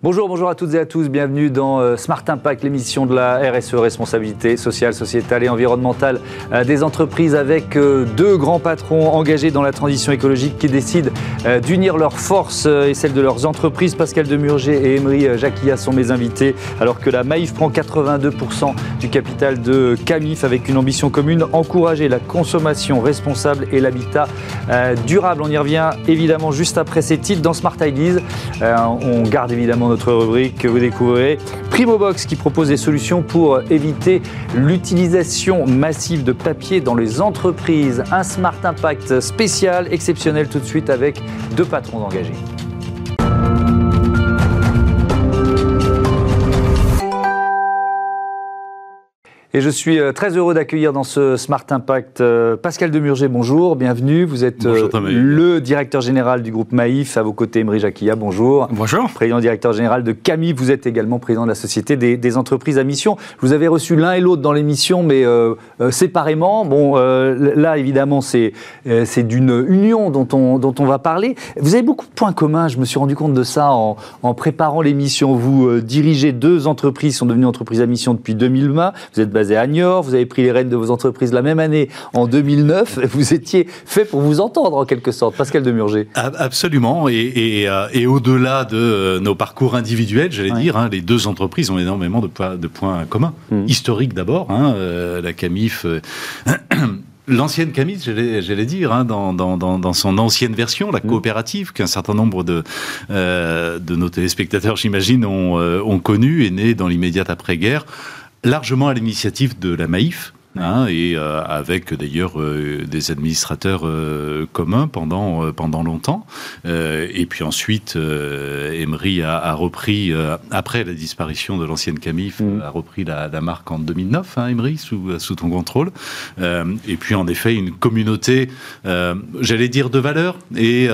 Bonjour à toutes et à tous, bienvenue dans Smart Impact, l'émission de la RSE, responsabilité sociale, sociétale et environnementale des entreprises, avec deux grands patrons engagés dans la transition écologique qui décident d'unir leurs forces et celles de leurs entreprises. Pascal Demurger et Emery Jacquia sont mes invités, alors que la Maïf prend 82% du capital de Camif avec une ambition commune, encourager la consommation responsable et l'habitat durable. On y revient évidemment juste après ces titres dans Smart Ideas. On garde évidemment notre rubrique que vous découvrirez. Primobox qui propose des solutions pour éviter l'utilisation massive de papier dans les entreprises. Un Smart Impact spécial, exceptionnel tout de suite avec deux patrons engagés. Et je suis très heureux d'accueillir dans ce Smart Impact Pascal Demurger, bonjour, bienvenue. Vous êtes le directeur général du groupe Maïf, à vos côtés Emery Jacquia, bonjour. Bonjour. Président directeur général de Camif, vous êtes également président de la Société des entreprises à mission. Vous avez reçu l'un et l'autre dans l'émission, mais séparément. Bon, là évidemment c'est d'une union dont on va parler. Vous avez beaucoup de points communs, je me suis rendu compte de ça en préparant l'émission. Vous dirigez deux entreprises, sont devenues entreprises à mission depuis 2020. Vous êtes basé à Niort, vous avez pris les rênes de vos entreprises la même année, en 2009. Vous étiez fait pour vous entendre, en quelque sorte. Pascal Demurger. Absolument. Et au-delà de nos parcours individuels, j'allais dire, les deux entreprises ont énormément de points communs. Historiques d'abord, la Camif... L'ancienne Camif, j'allais dire, dans son ancienne version, la coopérative, qu'un certain nombre de nos téléspectateurs, j'imagine, ont connue, est née dans l'immédiate après-guerre, largement à l'initiative de la Maïf, et avec d'ailleurs des administrateurs communs pendant longtemps. Et puis ensuite, Emery a repris, après la disparition de l'ancienne Camif, a repris la marque en 2009, Emery, sous ton contrôle. Et puis en effet, une communauté, j'allais dire, de valeurs et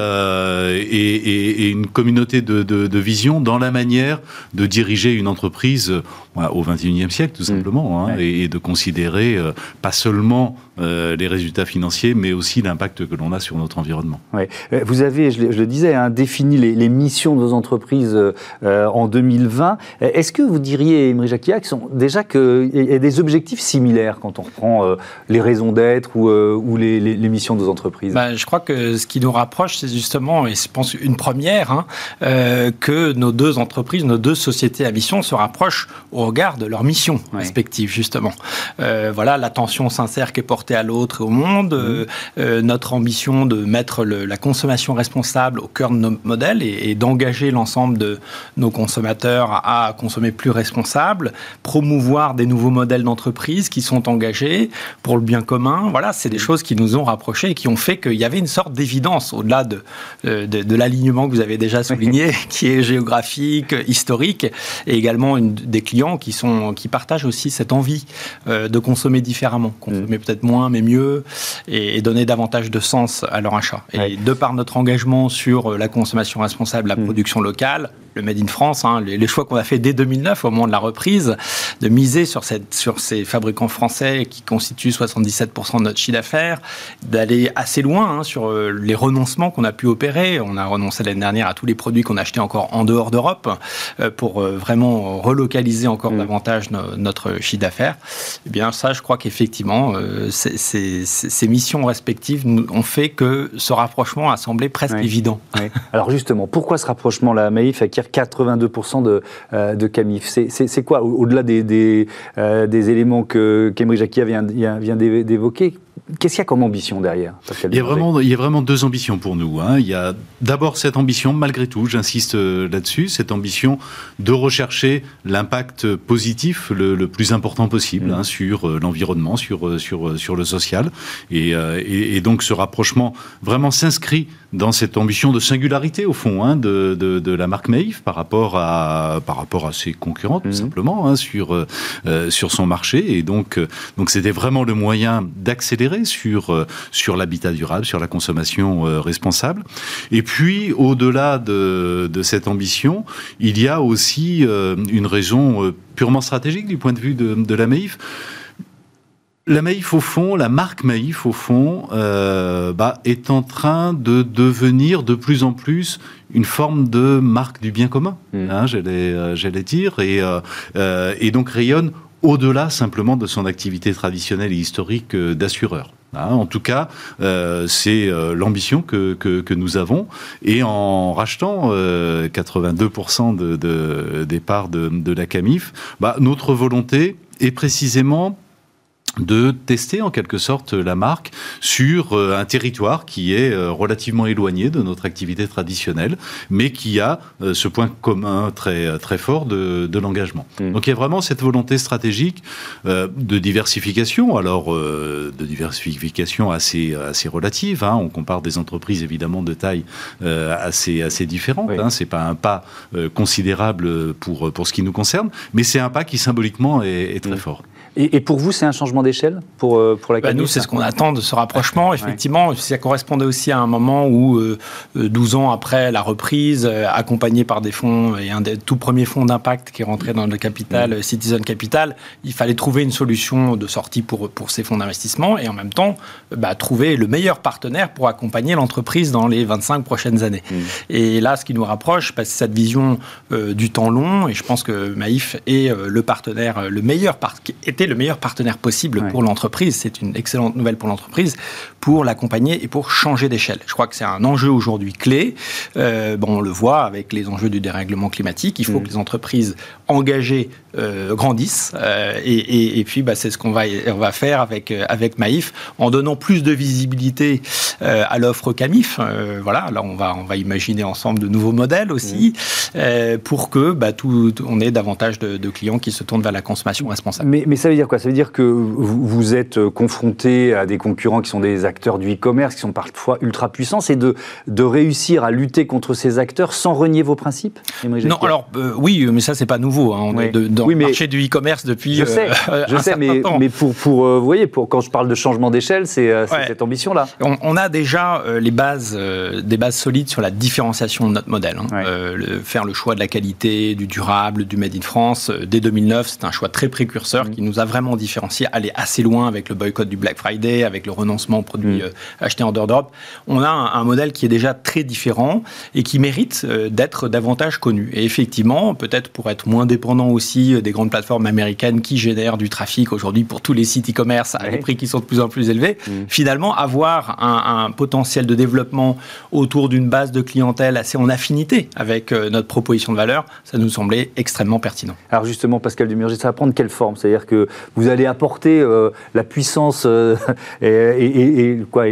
une communauté de vision dans la manière de diriger une entreprise au XXIe siècle, tout simplement, et de considérer pas seulement les résultats financiers, mais aussi l'impact que l'on a sur notre environnement. Ouais. Vous avez, je le disais, défini les missions de vos entreprises en 2020. Est-ce que vous diriez, Emery Jacquia, qu'il y a des objectifs similaires quand on reprend les raisons d'être ou les missions de vos entreprises ? Je crois que ce qui nous rapproche, c'est justement, et je pense une première, que nos deux entreprises, nos deux sociétés à mission se rapprochent au regard de leurs missions respectives, justement. Voilà, l'attention sincère qui est portée à l'autre et au monde, notre ambition de mettre la consommation responsable au cœur de nos modèles et d'engager l'ensemble de nos consommateurs à consommer plus responsable, promouvoir des nouveaux modèles d'entreprise qui sont engagés pour le bien commun. Voilà, c'est des choses qui nous ont rapprochés et qui ont fait qu'il y avait une sorte d'évidence au-delà de l'alignement que vous avez déjà souligné, qui est géographique, historique, et également des clients qui partagent aussi cette envie de consommer différemment, consommer peut-être moins mais mieux, et donner davantage de sens à leur achat. Et de par notre engagement sur la consommation responsable, la production locale, le Made in France, les choix qu'on a fait dès 2009 au moment de la reprise, de miser sur ces fabricants français qui constituent 77% de notre chiffre d'affaires, d'aller assez loin sur les renoncements qu'on a pu opérer. On a renoncé l'année dernière à tous les produits qu'on achetait encore en dehors d'Europe pour vraiment relocaliser encore davantage notre chiffre d'affaires. Eh bien ça, je crois qu'effectivement, ces missions respectives ont fait que ce rapprochement a semblé presque évident. Oui. Alors justement, pourquoi ce rapprochement? La Maïf acquiert 82% de Camif. C'est quoi, au-delà des éléments qu'Emery Jacquia vient d'évoquer? Qu'est-ce qu'il y a comme ambition derrière? Il y a vraiment deux ambitions pour nous. Il y a d'abord cette ambition, malgré tout, j'insiste là-dessus, cette ambition de rechercher l'impact positif le plus important possible sur l'environnement, sur le social. Et donc ce rapprochement vraiment s'inscrit dans cette ambition de singularité, au fond, de la marque Maïf par rapport à ses concurrents, tout simplement, sur son marché. Et donc c'était vraiment le moyen d'accélérer sur l'habitat durable, sur la consommation responsable. Et puis, au-delà de cette ambition, il y a aussi une raison purement stratégique du point de vue de la Maïf. La Maïf, au fond, la marque Maïf, au fond, est en train de devenir de plus en plus une forme de marque du bien commun, j'allais dire, et donc rayonne au-delà simplement de son activité traditionnelle et historique d'assureur. En tout cas, c'est l'ambition que nous avons, et en rachetant 82% des parts de la Camif, notre volonté est précisément de tester en quelque sorte la marque sur un territoire qui est relativement éloigné de notre activité traditionnelle, mais qui a ce point commun très, très fort de l'engagement. Donc il y a vraiment cette volonté stratégique de diversification, alors de diversification assez relative. On compare des entreprises évidemment de taille assez différentes. C'est pas un pas considérable pour ce qui nous concerne, mais c'est un pas qui symboliquement est très fort. Et pour vous, c'est un changement d'échelle pour la Camif? Nous, c'est ce qu'on attend de ce rapprochement. Effectivement, ça correspondait aussi à un moment où, 12 ans après la reprise, accompagné par des fonds, et un des tout premiers fonds d'impact qui est rentré dans le capital, Citizen Capital, il fallait trouver une solution de sortie pour ces fonds d'investissement, et en même temps, trouver le meilleur partenaire pour accompagner l'entreprise dans les 25 prochaines années. Et là, ce qui nous rapproche, c'est cette vision du temps long, et je pense que Maïf est le partenaire, était le meilleur partenaire possible pour l'entreprise. C'est une excellente nouvelle pour l'entreprise, pour l'accompagner et pour changer d'échelle. Je crois que c'est un enjeu aujourd'hui clé. On le voit avec les enjeux du dérèglement climatique. Il faut que les entreprises engagées grandissent. Et puis, c'est ce qu'on va faire avec Maïf, en donnant plus de visibilité à l'offre Camif. Là, on va imaginer ensemble de nouveaux modèles aussi, pour que on ait davantage de clients qui se tournent vers la consommation responsable. Mais ça veut dire quoi? Ça veut dire que vous êtes confronté à des concurrents qui sont des acteurs du e-commerce, qui sont parfois ultra puissants, c'est de réussir à lutter contre ces acteurs sans renier vos principes? Non, alors oui, mais ça c'est pas nouveau. On est dans le marché du e-commerce depuis je sais, mais vous voyez, quand je parle de changement d'échelle, c'est cette ambition-là. On a déjà des bases solides sur la différenciation de notre modèle. Faire le choix de la qualité, du durable, du Made in France, dès 2009, c'est un choix très précurseur qui nous a vraiment différencié, aller assez loin avec le boycott du Black Friday, avec le renoncement aux produits achetés en dehors d'Europe. On a un modèle qui est déjà très différent et qui mérite d'être davantage connu. Et effectivement, peut-être pour être moins dépendant aussi des grandes plateformes américaines qui génèrent du trafic aujourd'hui pour tous les sites e-commerce à des prix qui sont de plus en plus élevés, finalement avoir un potentiel de développement autour d'une base de clientèle assez en affinité avec notre proposition de valeur, ça nous semblait extrêmement pertinent. Alors justement, Pascal Dumurgier, ça va prendre quelle forme? C'est-à-dire que vous allez apporter la puissance et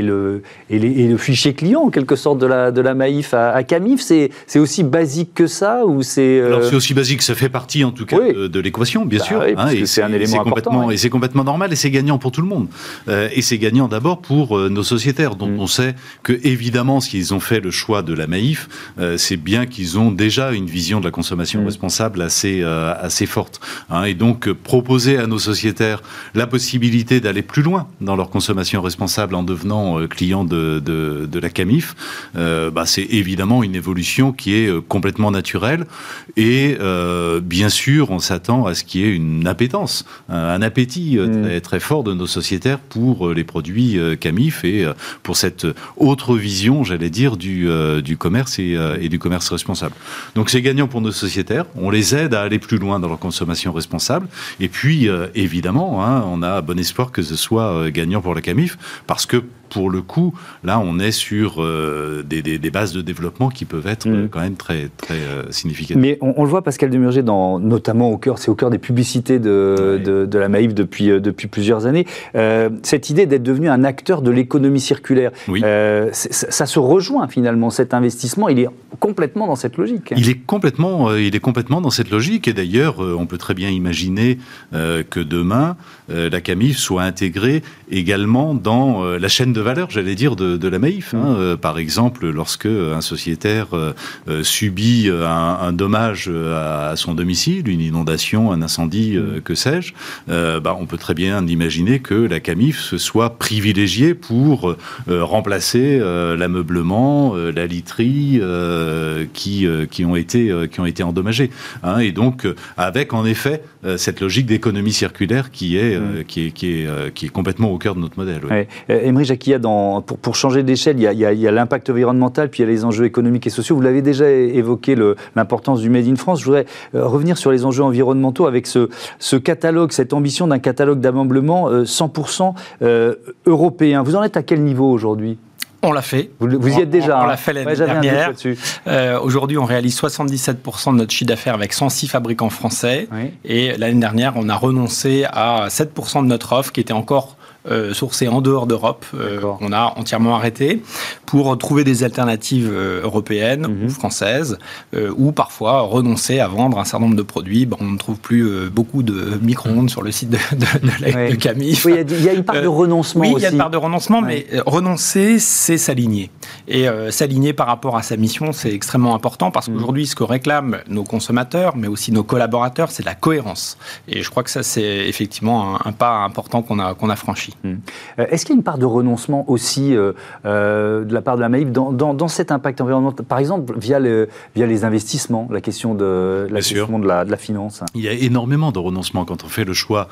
le fichier client en quelque sorte de la Maïf à Camif. C'est aussi basique que ça, ou c'est Alors c'est aussi basique, ça fait partie en tout cas de l'équation, bien sûr. Oui, parce que c'est un élément important. Et c'est complètement normal, et c'est gagnant pour tout le monde. Et c'est gagnant d'abord pour nos sociétaires, dont on sait que évidemment, s'ils ont fait le choix de la Maïf, c'est bien qu'ils ont déjà une vision de la consommation responsable assez forte. Et donc proposer à nos sociétaires la possibilité d'aller plus loin dans leur consommation responsable en devenant clients de la Camif, c'est évidemment une évolution qui est complètement naturelle, et bien sûr on s'attend à ce qu'il y ait une appétence, un appétit très, très fort de nos sociétaires pour les produits Camif et pour cette autre vision, j'allais dire, du commerce et du commerce responsable. Donc c'est gagnant pour nos sociétaires, on les aide à aller plus loin dans leur consommation responsable, et puis évidemment, on a bon espoir que ce soit gagnant pour la Camif, parce que pour le coup, là, on est sur des bases de développement qui peuvent être quand même très, très significatives. Mais on le voit, Pascal Dumurgier, notamment au cœur des publicités de la Maïf depuis plusieurs années, cette idée d'être devenu un acteur de l'économie circulaire. Ça se rejoint finalement, cet investissement, il est complètement dans cette logique. Il est complètement dans cette logique, et d'ailleurs, on peut très bien imaginer que demain, la Camif soit intégrée également dans la chaîne de valeur, j'allais dire, de la Maïf. Par exemple, lorsque un sociétaire subit un dommage à son domicile, une inondation, un incendie, que sais-je, on peut très bien imaginer que la Camif se soit privilégiée pour remplacer l'ameublement, la literie qui ont été endommagés. Et donc, avec en effet cette logique d'économie circulaire qui est complètement au cœur de notre modèle. Aymeric Jacquier, qu'il y a pour changer d'échelle, il y a l'impact environnemental, puis il y a les enjeux économiques et sociaux. Vous l'avez déjà évoqué, l'importance du Made in France. Je voudrais revenir sur les enjeux environnementaux avec ce catalogue, cette ambition d'un catalogue d'ameublement 100% européen. Vous en êtes à quel niveau aujourd'hui ? On l'a fait. Vous y êtes déjà. On l'a fait l'année dernière. Aujourd'hui, on réalise 77% de notre chiffre d'affaires avec 106 fabricants français. Oui. Et l'année dernière, on a renoncé à 7% de notre offre qui était encore sourcée en dehors d'Europe. On a entièrement arrêté pour trouver des alternatives européennes ou françaises ou parfois renoncer à vendre un certain nombre de produits. On ne trouve plus beaucoup de micro-ondes sur le site de Camif. Oui, il y a une part de renoncement aussi. Oui, il y a une part de renoncement, mais renoncer, c'est s'aligner. Et s'aligner par rapport à sa mission, c'est extrêmement important parce qu'aujourd'hui, ce que réclament nos consommateurs, mais aussi nos collaborateurs, c'est la cohérence. Et je crois que ça, c'est effectivement un pas important qu'on a franchi. Est-ce qu'il y a une part de renoncement aussi de la part de la Maïf dans cet impact environnemental, par exemple via les investissements, la question de la finance? Il y a énormément de renoncement quand on fait le choix,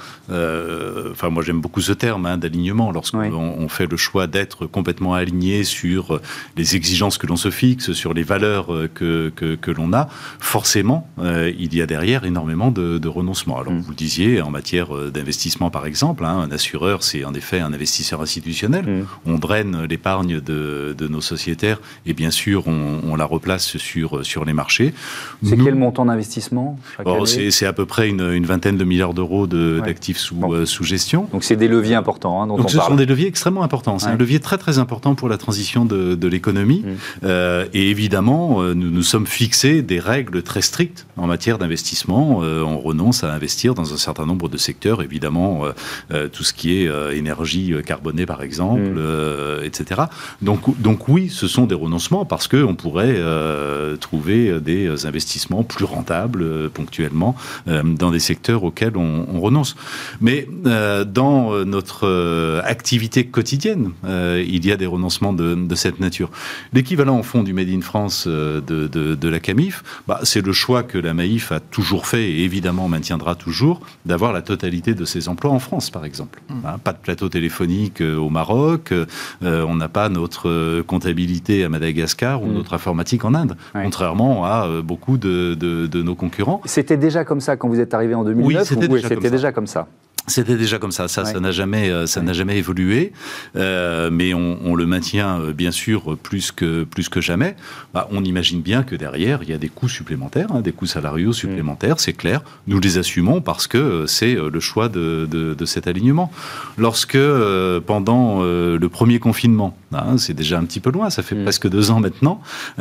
moi j'aime beaucoup ce terme d'alignement, lorsqu'on fait le choix d'être complètement aligné sur les exigences que l'on se fixe, sur les valeurs que l'on a, forcément il y a derrière énormément de renoncement. Alors vous le disiez, en matière d'investissement par exemple, un assureur c'est en effet un investisseur institutionnel. On draine l'épargne de nos sociétaires et bien sûr on la replace sur les marchés. C'est quel montant d'investissement chaque année ? C'est à peu près une vingtaine de milliards d'euros d'actifs sous gestion. Donc c'est des leviers importants dont on parle. Ce sont des leviers extrêmement importants. C'est un levier très très important pour la transition de l'économie. Et évidemment, nous sommes fixés des règles très strictes en matière d'investissement. On renonce à investir dans un certain nombre de secteurs, évidemment, tout ce qui est énergie carbonée par exemple, etc. Donc oui, ce sont des renoncements parce qu'on pourrait trouver des investissements plus rentables ponctuellement dans des secteurs auxquels on renonce. Mais dans notre activité quotidienne, il y a des renoncements de cette nature. L'équivalent en fond du Made in France de la Camif, c'est le choix que la Maïf a toujours fait et évidemment maintiendra toujours, d'avoir la totalité de ses emplois en France par exemple. Pas de plateau téléphonique au Maroc, on n'a pas notre comptabilité à Madagascar ou notre informatique en Inde, contrairement à beaucoup de nos concurrents. C'était déjà comme ça quand vous êtes arrivé en 2009? Oui, c'était déjà comme ça. C'était déjà comme ça. Ça n'a jamais évolué, mais on le maintient bien sûr plus que jamais. On imagine bien que derrière il y a des coûts supplémentaires, des coûts salariaux supplémentaires. C'est clair. Nous les assumons parce que c'est le choix de cet alignement. Lorsque pendant le premier confinement, c'est déjà un petit peu loin, ça fait presque 2 ans maintenant.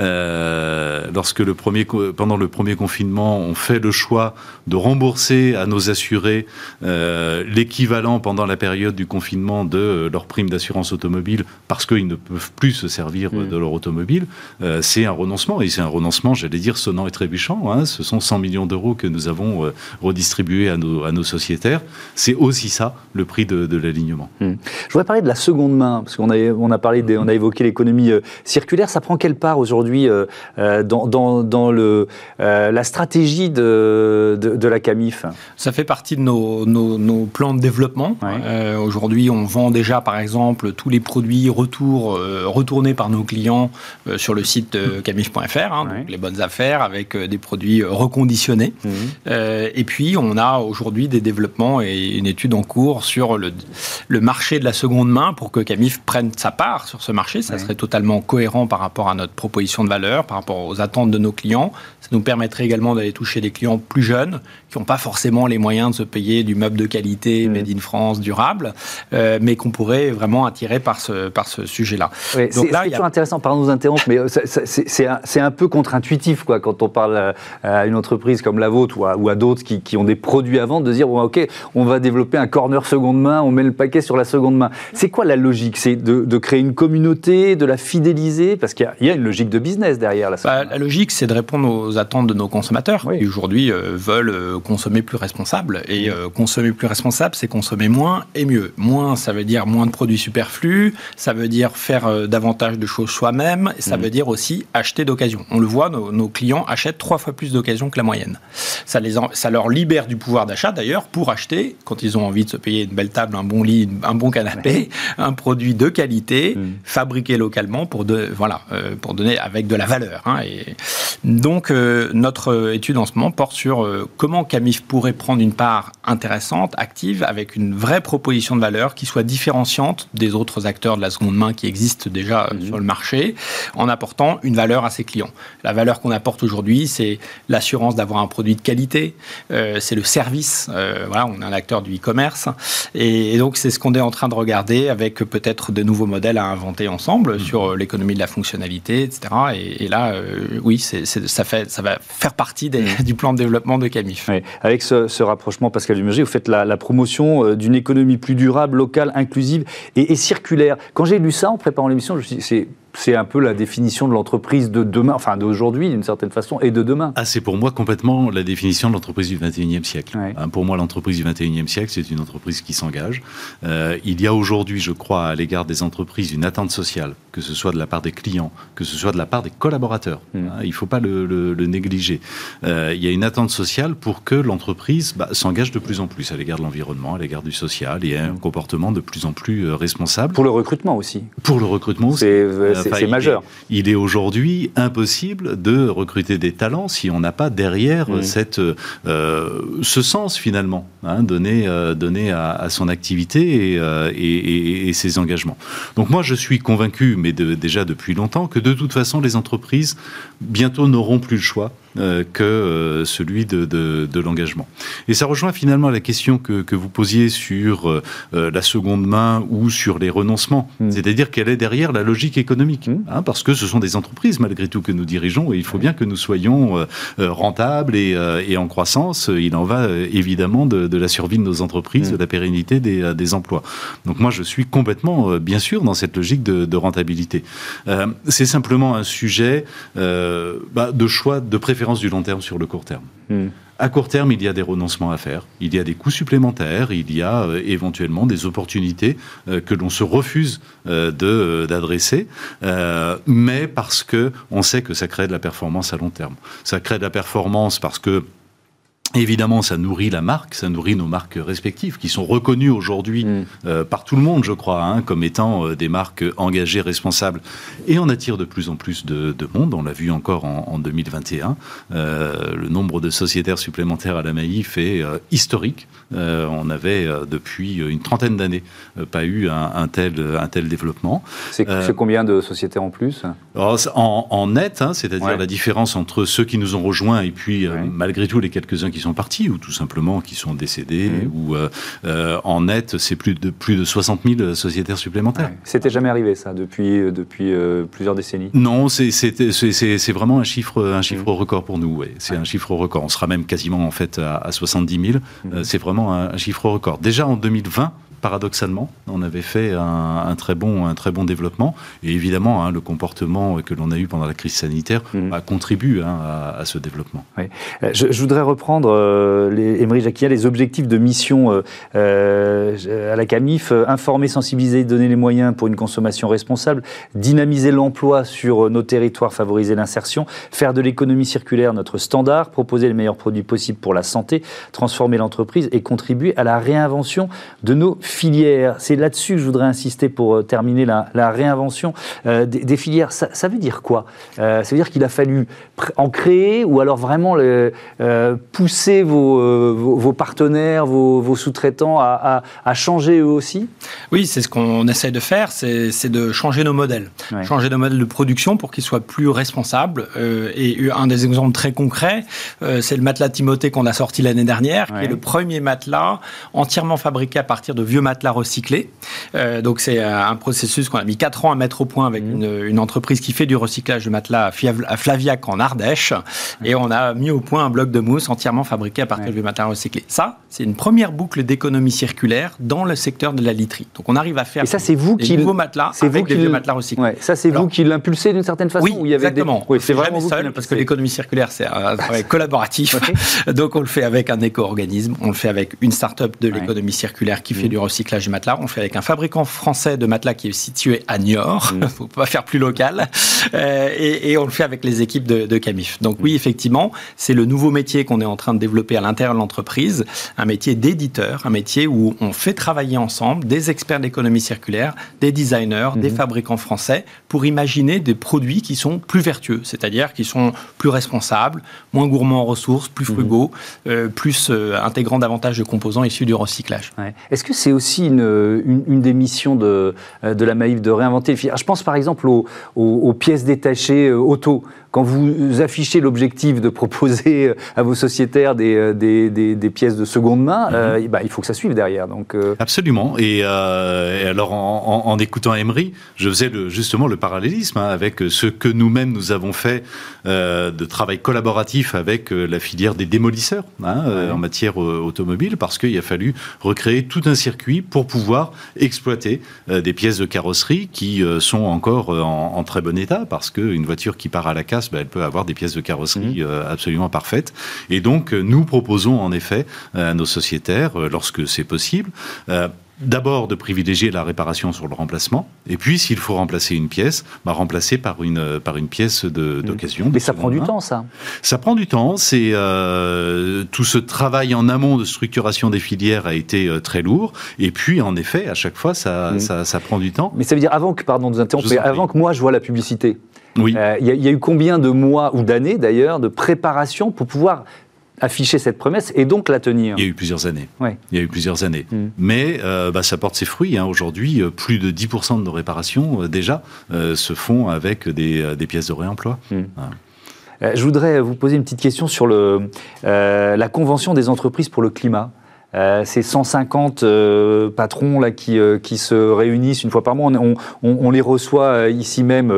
Lorsque pendant le premier confinement, on fait le choix de rembourser à nos assurés l'équivalent pendant la période du confinement de leur prime d'assurance automobile parce qu'ils ne peuvent plus se servir de leur automobile, c'est un renoncement. Et c'est un renoncement, j'allais dire, sonnant et trébuchant. Ce sont 100 millions d'euros que nous avons redistribués à nos sociétaires. C'est aussi ça, le prix de l'alignement. Je voudrais parler de la seconde main, parce qu'on a évoqué l'économie circulaire. Ça prend quelle part aujourd'hui dans la stratégie de la Camif? Ça fait partie de nos plans de développement. Aujourd'hui, on vend déjà, par exemple, tous les produits retournés par nos clients sur le site camif.fr, donc les bonnes affaires, avec des produits reconditionnés. Et puis, on a aujourd'hui des développements et une étude en cours sur le marché de la seconde main pour que Camif prenne sa part sur ce marché. Ça serait totalement cohérent par rapport à notre proposition de valeur, par rapport aux attentes de nos clients. Ça nous permettrait également d'aller toucher des clients plus jeunes qui n'ont pas forcément les moyens de se payer du meuble de qualité, made in France, durable, mais qu'on pourrait vraiment attirer par ce sujet-là. Oui, donc c'est toujours intéressant, pardon de vous interrompre, mais c'est un peu contre-intuitif quand on parle à une entreprise comme la vôtre ou à d'autres qui ont des produits à vendre, de dire ok, on va développer un corner seconde main, on met le paquet sur la seconde main. C'est quoi la logique? C'est de créer une communauté, de la fidéliser? Parce qu'il y a une logique de business derrière la seconde main. La logique, c'est de répondre aux attentes de nos consommateurs qui aujourd'hui veulent consommer plus responsable. Et consommer plus responsable, responsable, c'est consommer moins et mieux. Moins, ça veut dire moins de produits superflus, ça veut dire faire davantage de choses soi-même, et ça veut dire aussi acheter d'occasion. On le voit, nos clients achètent 3 fois plus d'occasion que la moyenne. Ça leur libère du pouvoir d'achat d'ailleurs pour acheter, quand ils ont envie de se payer une belle table, un bon lit, un bon canapé, un produit de qualité, fabriqué localement pour donner avec de la valeur. Et donc, notre étude en ce moment porte sur comment Camif pourrait prendre une part intéressante, active, avec une vraie proposition de valeur qui soit différenciante des autres acteurs de la seconde main qui existent déjà sur le marché, en apportant une valeur à ses clients. La valeur qu'on apporte aujourd'hui, c'est l'assurance d'avoir un produit de qualité, c'est le service. On est un acteur du e-commerce. Et donc, c'est ce qu'on est en train de regarder avec peut-être de nouveaux modèles à inventer ensemble sur l'économie de la fonctionnalité, etc. Et là, oui, ça va faire partie du plan de développement de Camif. Oui. Avec ce rapprochement, Pascal Dumerger, vous faites la promotion d'une économie plus durable, locale, inclusive et circulaire. Quand j'ai lu ça en préparant l'émission, je me suis dit, c'est un peu la définition de l'entreprise de demain, enfin d'aujourd'hui d'une certaine façon, et de demain. C'est pour moi complètement la définition de l'entreprise du 21e siècle. Ouais. Pour moi, l'entreprise du 21e siècle, c'est une entreprise qui s'engage. Il y a aujourd'hui, je crois, à l'égard des entreprises, une attente sociale, que ce soit de la part des clients, que ce soit de la part des collaborateurs. Il ne faut pas le négliger. Il y a une attente sociale pour que l'entreprise s'engage de plus en plus à l'égard de l'environnement, à l'égard du social, et un comportement de plus en plus responsable. Pour le recrutement aussi. Pour le recrutement aussi. C'est majeur. Il est aujourd'hui impossible de recruter des talents si on n'a pas derrière ce sens finalement donné à son activité et ses engagements. Donc moi je suis convaincu, mais déjà depuis longtemps, que de toute façon les entreprises bientôt n'auront plus le choix que celui de l'engagement. Et ça rejoint finalement la question que vous posiez sur la seconde main ou sur les renoncements. C'est-à-dire quelle est derrière la logique économique. Parce que ce sont des entreprises malgré tout que nous dirigeons et il faut bien que nous soyons rentables et en croissance. Il en va évidemment de la survie de nos entreprises, de la pérennité des emplois. Donc moi je suis complètement bien sûr dans cette logique de rentabilité. C'est simplement un sujet de choix, de préférence du long terme sur le court terme. À court terme, il y a des renoncements à faire, il y a des coûts supplémentaires, il y a éventuellement des opportunités que l'on se refuse d'adresser, mais parce qu'on sait que ça crée de la performance à long terme. Ça crée de la performance parce que évidemment, ça nourrit la marque, ça nourrit nos marques respectives, qui sont reconnues aujourd'hui par tout le monde, je crois, comme étant des marques engagées, responsables. Et on attire de plus en plus de monde. On l'a vu encore en 2021. Le nombre de sociétaires supplémentaires à la Maïf est historique. On avait, depuis une trentaine d'années, pas eu un tel développement. C'est combien de sociétaires en plus ? En net, c'est-à-dire la différence entre ceux qui nous ont rejoints et puis, malgré tout, les quelques-uns qui sont partis ou tout simplement qui sont décédés ou en net, c'est plus de 60 000 sociétaires supplémentaires. C'était jamais arrivé ça depuis plusieurs décennies. Non, c'est vraiment un chiffre record pour nous. C'est un chiffre record. On sera même quasiment en fait à 70 000. C'est vraiment un chiffre record. Déjà en 2020. Paradoxalement, on avait fait un très bon développement. Et évidemment, le comportement que l'on a eu pendant la crise sanitaire contribue à ce développement. Oui. Je voudrais reprendre, Aymeric Jacquillat, les objectifs de mission à la Camif. Informer, sensibiliser, donner les moyens pour une consommation responsable, dynamiser l'emploi sur nos territoires, favoriser l'insertion, faire de l'économie circulaire notre standard, proposer les meilleurs produits possibles pour la santé, transformer l'entreprise et contribuer à la réinvention de nos filières. C'est là-dessus que je voudrais insister pour terminer la réinvention des filières. Ça veut dire quoi ? Ça veut dire qu'il a fallu en créer ou alors vraiment pousser vos partenaires, vos sous-traitants à changer eux aussi ? Oui, c'est ce qu'on essaie de faire, c'est de changer nos modèles. Ouais. Changer nos modèles de production pour qu'ils soient plus responsables. Et un des exemples très concrets, c'est le matelas Timothée qu'on a sorti l'année dernière, qui est le premier matelas entièrement fabriqué à partir de vieux matelas recyclés. Donc c'est un processus qu'on a mis 4 ans à mettre au point avec une entreprise qui fait du recyclage de matelas à Flaviac en Ardèche. Et on a mis au point un bloc de mousse entièrement fabriqué à partir du matelas recyclé. Ça, c'est une première boucle d'économie circulaire dans le secteur de la literie. Donc on arrive à faire des nouveaux matelas avec des vieux matelas recyclés. Ouais, ça, c'est vous qui l'impulsez d'une certaine façon? Oui, exactement. Oui, c'est vraiment seul, parce que l'économie circulaire, c'est un travail collaboratif. Donc on le fait avec un éco-organisme, on le fait avec une start-up de l'économie circulaire qui fait du recyclage de matelas, on le fait avec un fabricant français de matelas qui est situé à Niort, il ne faut pas faire plus local, et on le fait avec les équipes de Camif. Donc oui, effectivement, c'est le nouveau métier qu'on est en train de développer à l'intérieur de l'entreprise, un métier d'éditeur, un métier où on fait travailler ensemble des experts d'économie circulaire, des designers, des fabricants français, pour imaginer des produits qui sont plus vertueux, c'est-à-dire qui sont plus responsables, moins gourmands en ressources, plus frugaux, plus intégrant davantage de composants issus du recyclage. Ouais. Est-ce que c'est aussi une des missions de la Maïf de réinventer les filières? Je pense par exemple aux pièces détachées auto. Quand vous affichez l'objectif de proposer à vos sociétaires des pièces de seconde main, il faut que ça suive derrière. Donc, Absolument. Et alors, en écoutant Emery, je faisais justement le parallélisme avec ce que nous-mêmes nous avons fait de travail collaboratif avec la filière des démolisseurs en matière automobile, parce qu'il a fallu recréer tout un circuit pour pouvoir exploiter des pièces de carrosserie qui sont encore en très bon état, parce qu'une voiture qui part à la casse, elle peut avoir des pièces de carrosserie absolument parfaites. Et donc, nous proposons en effet à nos sociétaires, lorsque c'est possible, d'abord de privilégier la réparation sur le remplacement, et puis s'il faut remplacer une pièce, remplacer par une pièce d'occasion. Mais ça prend du temps, ça. Ça prend du temps. C'est tout ce travail en amont de structuration des filières a été très lourd. Et puis en effet, à chaque fois, ça prend du temps. Mais ça veut dire avant que moi je vois la publicité. Oui. Il y a eu combien de mois ou d'années d'ailleurs de préparation pour pouvoir afficher cette promesse et donc la tenir? Il y a eu plusieurs années. Ouais. Il y a eu plusieurs années. Mais ça porte ses fruits. Aujourd'hui, plus de 10% de nos réparations déjà se font avec des pièces de réemploi. Je voudrais vous poser une petite question sur la Convention des entreprises pour le climat. Ces 150 patrons là qui se réunissent une fois par mois, on les reçoit ici même,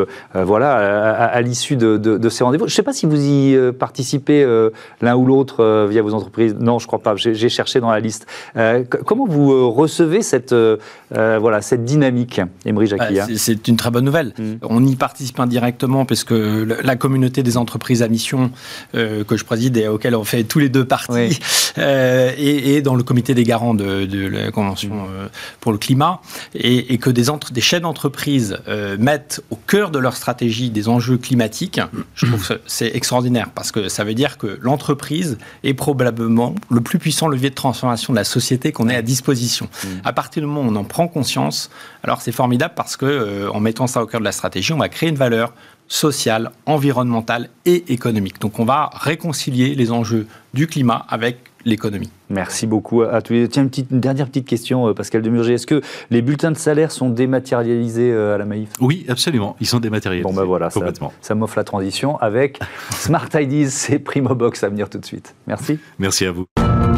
à l'issue de ces rendez-vous. Je ne sais pas si vous y participez l'un ou l'autre via vos entreprises. Non, je ne crois pas. J'ai cherché dans la liste. Comment vous recevez cette dynamique, Emery Jacquia? C'est une très bonne nouvelle. On y participe indirectement parce que la communauté des entreprises à mission que je préside et auquel on fait tous les deux partie et dans le comité des garants de la Convention pour le climat, et que des chefs d'entreprise mettent au cœur de leur stratégie des enjeux climatiques, je trouve que c'est extraordinaire, parce que ça veut dire que l'entreprise est probablement le plus puissant levier de transformation de la société qu'on ait à disposition. À partir du moment où on en prend conscience, alors c'est formidable, parce que en mettant ça au cœur de la stratégie, on va créer une valeur sociale, environnementale et économique. Donc on va réconcilier les enjeux du climat avec l'économie. Merci beaucoup à tous les deux. Tiens, une dernière petite question, Pascal Demurger. Est-ce que les bulletins de salaire sont dématérialisés à la Maïf? Oui, absolument. Ils sont dématérialisés. Bon, voilà, ça m'offre la transition avec Smart Ideas et Primobox à venir tout de suite. Merci. Merci à vous.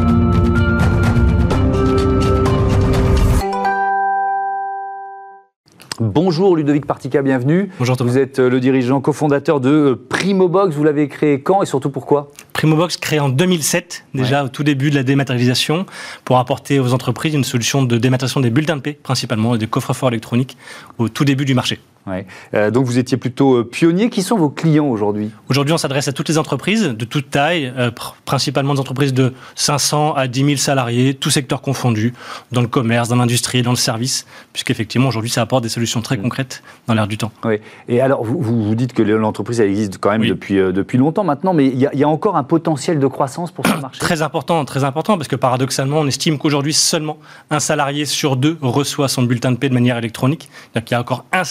Bonjour Ludovic Partica, bienvenue. Bonjour Thomas. Vous êtes le dirigeant cofondateur de Primobox. Vous l'avez créé quand et surtout pourquoi? Primobox créé en 2007, déjà au tout début de la dématérialisation, pour apporter aux entreprises une solution de dématérialisation des bulletins de paie, principalement, et des coffres-forts électroniques, au tout début du marché. Ouais. Donc vous étiez plutôt pionnier. Qui sont vos clients aujourd'hui? Aujourd'hui, on s'adresse à toutes les entreprises de toute taille, principalement des entreprises de 500 à 10 000 salariés, tous secteurs confondus, dans le commerce, dans l'industrie, dans le service, puisqu'effectivement, aujourd'hui, ça apporte des solutions très concrètes dans l'air du temps. Oui. Et alors, vous dites que l'entreprise, elle existe quand même depuis longtemps maintenant, mais il y a encore un potentiel de croissance pour ce marché? Très important, parce que paradoxalement, on estime qu'aujourd'hui, seulement un salarié sur deux reçoit son bulletin de paie de manière électronique. C'est-à-dire qu'il y a encore un salarié sur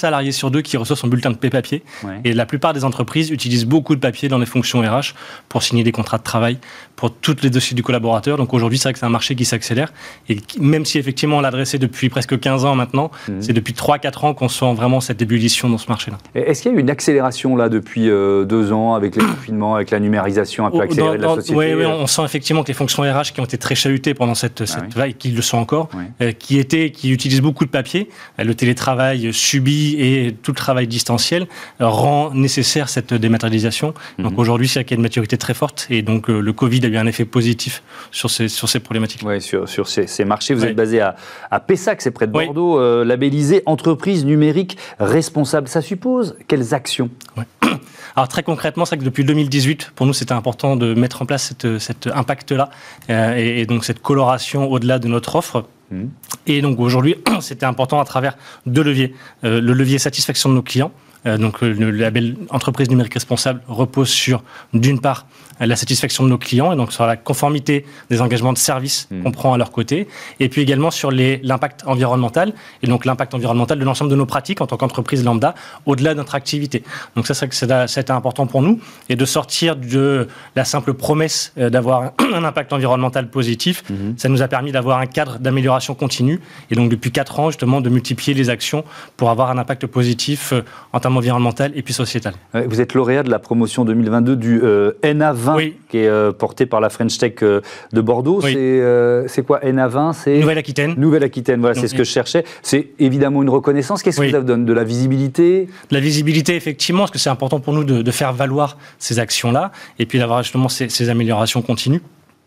sur 2 qui reçoit son bulletin de paie papier. Ouais. Et la plupart des entreprises utilisent beaucoup de papier dans les fonctions RH pour signer des contrats de travail pour toutes les dossiers du collaborateur. Donc aujourd'hui, c'est vrai que c'est un marché qui s'accélère. Et même si effectivement on l'a adressé depuis presque 15 ans maintenant, c'est depuis 3-4 ans qu'on sent vraiment cette ébullition dans ce marché-là. Est-ce qu'il y a eu une accélération là depuis 2 ans avec les confinements, avec la numérisation un peu accélérée de la société? Oui, on sent effectivement que les fonctions RH qui ont été très chahutées pendant cette vague, qui le sont encore, qui utilisent beaucoup de papier, le télétravail subi et tout le travail distanciel rend nécessaire cette dématérialisation. Donc aujourd'hui, c'est qu'il y a une maturité très forte et donc le Covid a eu un effet positif sur ces problématiques. Oui, sur ces marchés. Vous êtes basé à Pessac, c'est près de Bordeaux, labellisé entreprise numérique responsable. Ça suppose quelles actions? Alors très concrètement, c'est que depuis 2018, pour nous, c'était important de mettre en place cet impact-là et donc cette coloration au-delà de notre offre. Et donc aujourd'hui, c'était important à travers 2 leviers. Le levier satisfaction de nos clients. Donc le label entreprise numérique responsable repose sur, d'une part, la satisfaction de nos clients et donc sur la conformité des engagements de service qu'on prend à leur côté, et puis également sur l'impact environnemental et donc l'impact environnemental de l'ensemble de nos pratiques en tant qu'entreprise lambda au-delà de notre activité. Donc ça, c'était important pour nous et de sortir de la simple promesse d'avoir un impact environnemental positif. Ça nous a permis d'avoir un cadre d'amélioration continue et donc depuis 4 ans justement de multiplier les actions pour avoir un impact positif en termes environnemental et puis sociétal. Vous êtes lauréat de la promotion 2022 du NA20 qui est porté par la French Tech de Bordeaux. C'est quoi NA20? C'est Nouvelle-Aquitaine. Nouvelle-Aquitaine, voilà, c'est ce que je cherchais. C'est évidemment une reconnaissance. Qu'est-ce que ça vous donne? De la visibilité? De la visibilité, effectivement, parce que c'est important pour nous de faire valoir ces actions-là et puis d'avoir justement ces améliorations continues.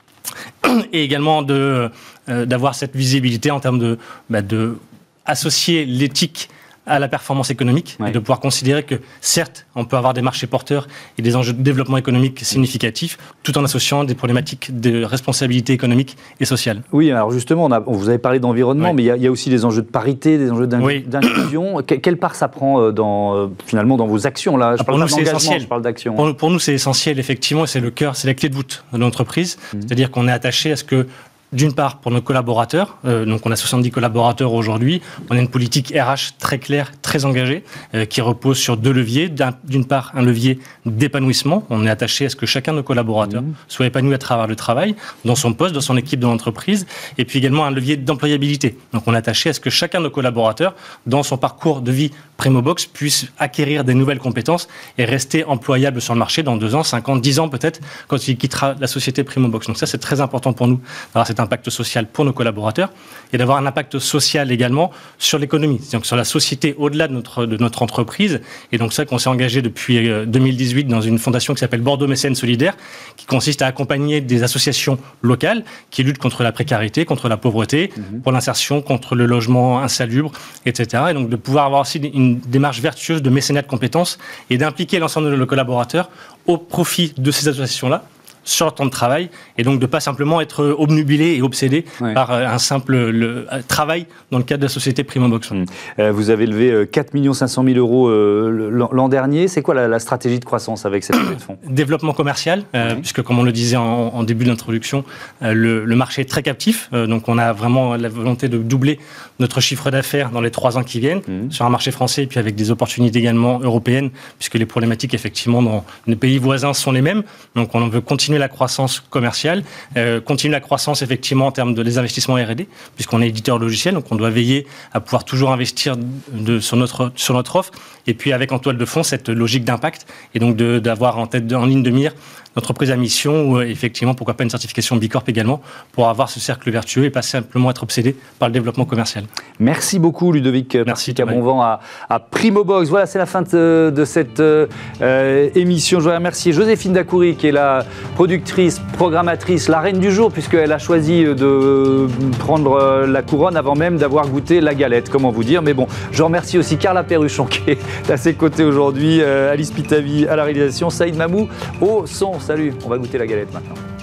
Et également d'avoir cette visibilité en termes de associer l'éthique à la performance économique et de pouvoir considérer que, certes, on peut avoir des marchés porteurs et des enjeux de développement économique significatifs, tout en associant des problématiques de responsabilité économique et sociale. Oui, alors justement, vous avez parlé d'environnement, mais il y a aussi des enjeux de parité, des enjeux d'inclusion. Quelle part ça prend finalement dans vos actions là? Je parle d'engagement, je parle d'action. Pour nous, c'est essentiel, effectivement, et c'est le cœur, c'est la clé de voûte de l'entreprise. C'est-à-dire qu'on est attaché à ce que, d'une part, pour nos collaborateurs, donc on a 70 collaborateurs aujourd'hui, on a une politique RH très claire, très engagée, qui repose sur 2 leviers. D'une part, un levier d'épanouissement. On est attaché à ce que chacun de nos collaborateurs soit épanoui à travers le travail, dans son poste, dans son équipe, dans l'entreprise. Et puis également un levier d'employabilité. Donc on est attaché à ce que chacun de nos collaborateurs, dans son parcours de vie Primobox, puisse acquérir des nouvelles compétences et rester employable sur le marché dans 2 ans, 5 ans, 10 ans peut-être, quand il quittera la société Primobox. Donc ça, c'est très important pour nous, d'avoir cet impact social pour nos collaborateurs et d'avoir un impact social également sur l'économie, donc sur la société au-delà de notre entreprise. Et donc ça qu'on s'est engagé depuis 2018 dans une fondation qui s'appelle Bordeaux Mécènes Solidaires, qui consiste à accompagner des associations locales qui luttent contre la précarité, contre la pauvreté, pour l'insertion, contre le logement insalubre, etc. Et donc de pouvoir avoir aussi une démarche vertueuse de mécénat de compétences et d'impliquer l'ensemble de nos collaborateurs au profit de ces associations-là sur leur temps de travail, et donc de ne pas simplement être obnubilé et obsédé par un simple travail dans le cadre de la société Primobox. Vous avez levé 4 500 000 euros l'an dernier. C'est quoi la stratégie de croissance avec cette levée de fonds? Développement commercial, puisque comme on le disait en début d'introduction, le marché est très captif, donc on a vraiment la volonté de doubler notre chiffre d'affaires dans les 3 ans qui viennent, sur un marché français, et puis avec des opportunités également européennes, puisque les problématiques effectivement dans les pays voisins sont les mêmes, donc on veut continuer la croissance commerciale, continuer la croissance effectivement en termes de investissements R&D, puisqu'on est éditeur logiciel, donc on doit veiller à pouvoir toujours investir sur notre offre, et puis avec en toile de fond cette logique d'impact, et donc d'avoir en ligne de mire l'entreprise à mission, ou effectivement pourquoi pas une certification B Corp également, pour avoir ce cercle vertueux et pas simplement être obsédé par le développement commercial. Merci beaucoup Ludovic. Merci. Bon vent à Primobox. Voilà, c'est la fin de cette émission. Je voudrais remercier Joséphine Dacoury, qui est la productrice, programmatrice, la reine du jour, puisqu'elle a choisi de prendre la couronne avant même d'avoir goûté la galette, comment vous dire. Mais bon, je remercie aussi Carla Perruchon, qui est à ses côtés aujourd'hui, Alice Pitavi à la réalisation, Saïd Mamou au son. Salut, on va goûter la galette maintenant.